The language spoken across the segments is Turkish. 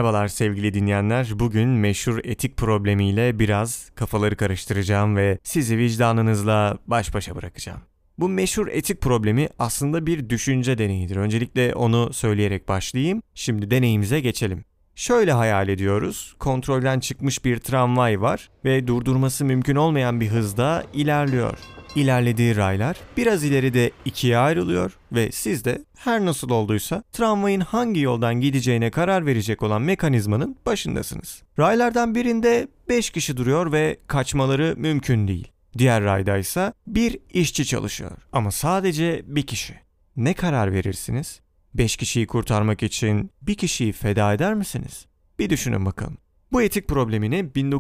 Merhabalar sevgili dinleyenler. Bugün meşhur etik problemiyle biraz kafaları karıştıracağım ve sizi vicdanınızla baş başa bırakacağım. Bu meşhur etik problemi aslında bir düşünce deneyidir. Öncelikle onu söyleyerek başlayayım. Şimdi deneyimize geçelim. Şöyle hayal ediyoruz. Kontrolden çıkmış bir tramvay var ve durdurması mümkün olmayan bir hızda ilerliyor. İlerlediği raylar biraz ileride ikiye ayrılıyor ve siz de her nasıl olduysa tramvayın hangi yoldan gideceğine karar verecek olan mekanizmanın başındasınız. Raylardan birinde 5 kişi duruyor ve kaçmaları mümkün değil. Diğer rayda ise bir işçi çalışıyor ama sadece bir kişi. Ne karar verirsiniz? 5 kişiyi kurtarmak için bir kişiyi feda eder misiniz? Bir düşünün bakalım. Bu etik problemini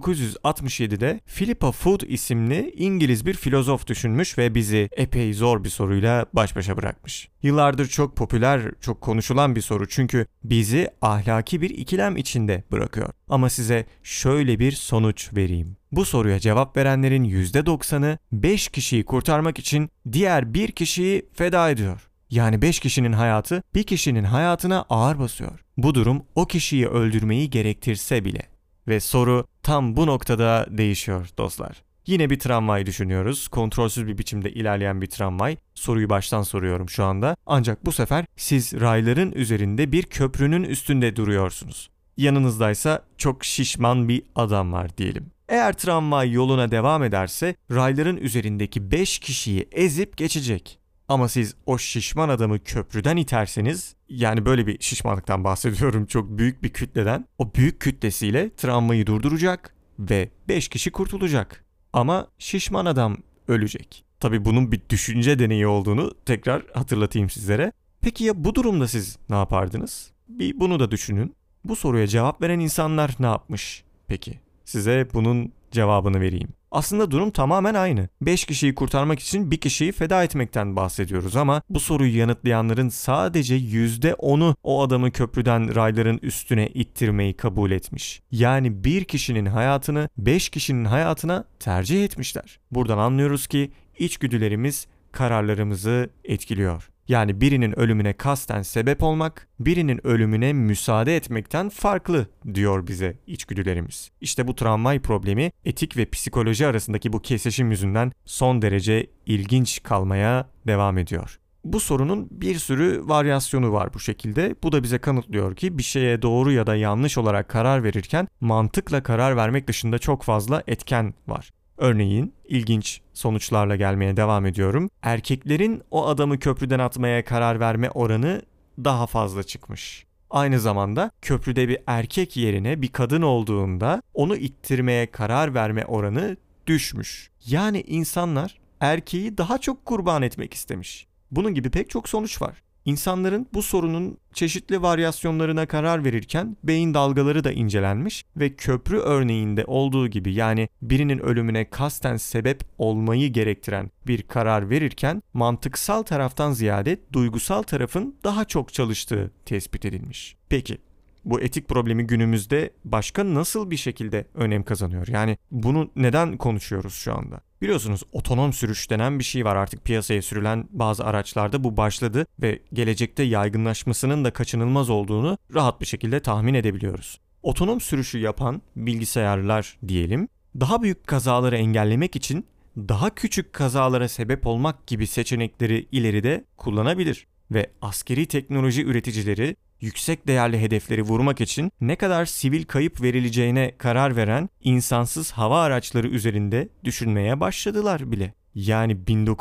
1967'de Philippa Foot isimli İngiliz bir filozof düşünmüş ve bizi epey zor bir soruyla baş başa bırakmış. Yıllardır çok popüler, çok konuşulan bir soru çünkü bizi ahlaki bir ikilem içinde bırakıyor. Ama size şöyle bir sonuç vereyim. Bu soruya cevap verenlerin %90'ı 5 kişiyi kurtarmak için diğer bir kişiyi feda ediyor. Yani 5 kişinin hayatı bir kişinin hayatına ağır basıyor. Bu durum o kişiyi öldürmeyi gerektirse bile. Ve soru tam bu noktada değişiyor dostlar. Yine bir tramvay düşünüyoruz. Kontrolsüz bir biçimde ilerleyen bir tramvay. Soruyu baştan soruyorum şu anda. Ancak bu sefer siz rayların üzerinde bir köprünün üstünde duruyorsunuz. Yanınızdaysa çok şişman bir adam var diyelim. Eğer tramvay yoluna devam ederse rayların üzerindeki 5 kişiyi ezip geçecek. Ama siz o şişman adamı köprüden iterseniz, yani böyle bir şişmanlıktan bahsediyorum, çok büyük bir kütleden, o büyük kütlesiyle tramvayı durduracak ve 5 kişi kurtulacak. Ama şişman adam ölecek. Tabii bunun bir düşünce deneyi olduğunu tekrar hatırlatayım sizlere. Peki ya bu durumda siz ne yapardınız? Bir bunu da düşünün. Bu soruya cevap veren insanlar ne yapmış peki? Size bunun cevabını vereyim. Aslında durum tamamen aynı. 5 kişiyi kurtarmak için bir kişiyi feda etmekten bahsediyoruz ama bu soruyu yanıtlayanların sadece %10'u o adamı köprüden rayların üstüne ittirmeyi kabul etmiş. Yani bir kişinin hayatını 5 kişinin hayatına tercih etmişler. Buradan anlıyoruz ki içgüdülerimiz kararlarımızı etkiliyor. Yani birinin ölümüne kasten sebep olmak, birinin ölümüne müsaade etmekten farklı diyor bize içgüdülerimiz. İşte bu tramvay problemi etik ve psikoloji arasındaki bu kesişim yüzünden son derece ilginç kalmaya devam ediyor. Bu sorunun bir sürü varyasyonu var bu şekilde. Bu da bize kanıtlıyor ki bir şeye doğru ya da yanlış olarak karar verirken mantıkla karar vermek dışında çok fazla etken var. Örneğin ilginç sonuçlarla gelmeye devam ediyorum. Erkeklerin o adamı köprüden atmaya karar verme oranı daha fazla çıkmış. Aynı zamanda köprüde bir erkek yerine bir kadın olduğunda onu ittirmeye karar verme oranı düşmüş. Yani insanlar erkeği daha çok kurban etmek istemiş. Bunun gibi pek çok sonuç var. İnsanların bu sorunun çeşitli varyasyonlarına karar verirken beyin dalgaları da incelenmiş ve köprü örneğinde olduğu gibi, yani birinin ölümüne kasten sebep olmayı gerektiren bir karar verirken mantıksal taraftan ziyade duygusal tarafın daha çok çalıştığı tespit edilmiş. Peki bu etik problemi günümüzde başka nasıl bir şekilde önem kazanıyor? Yani bunu neden konuşuyoruz şu anda? Biliyorsunuz otonom sürüş denen bir şey var, artık piyasaya sürülen bazı araçlarda bu başladı ve gelecekte yaygınlaşmasının da kaçınılmaz olduğunu rahat bir şekilde tahmin edebiliyoruz. Otonom sürüşü yapan bilgisayarlar diyelim, daha büyük kazaları engellemek için daha küçük kazalara sebep olmak gibi seçenekleri ileride kullanabilir. Ve askeri teknoloji üreticileri yüksek değerli hedefleri vurmak için ne kadar sivil kayıp verileceğine karar veren insansız hava araçları üzerinde düşünmeye başladılar bile. Yani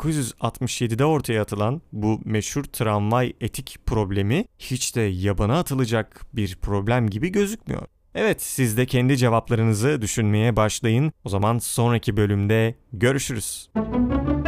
1967'de ortaya atılan bu meşhur tramvay etik problemi hiç de yabana atılacak bir problem gibi gözükmüyor. Evet, siz de kendi cevaplarınızı düşünmeye başlayın. O zaman sonraki bölümde görüşürüz.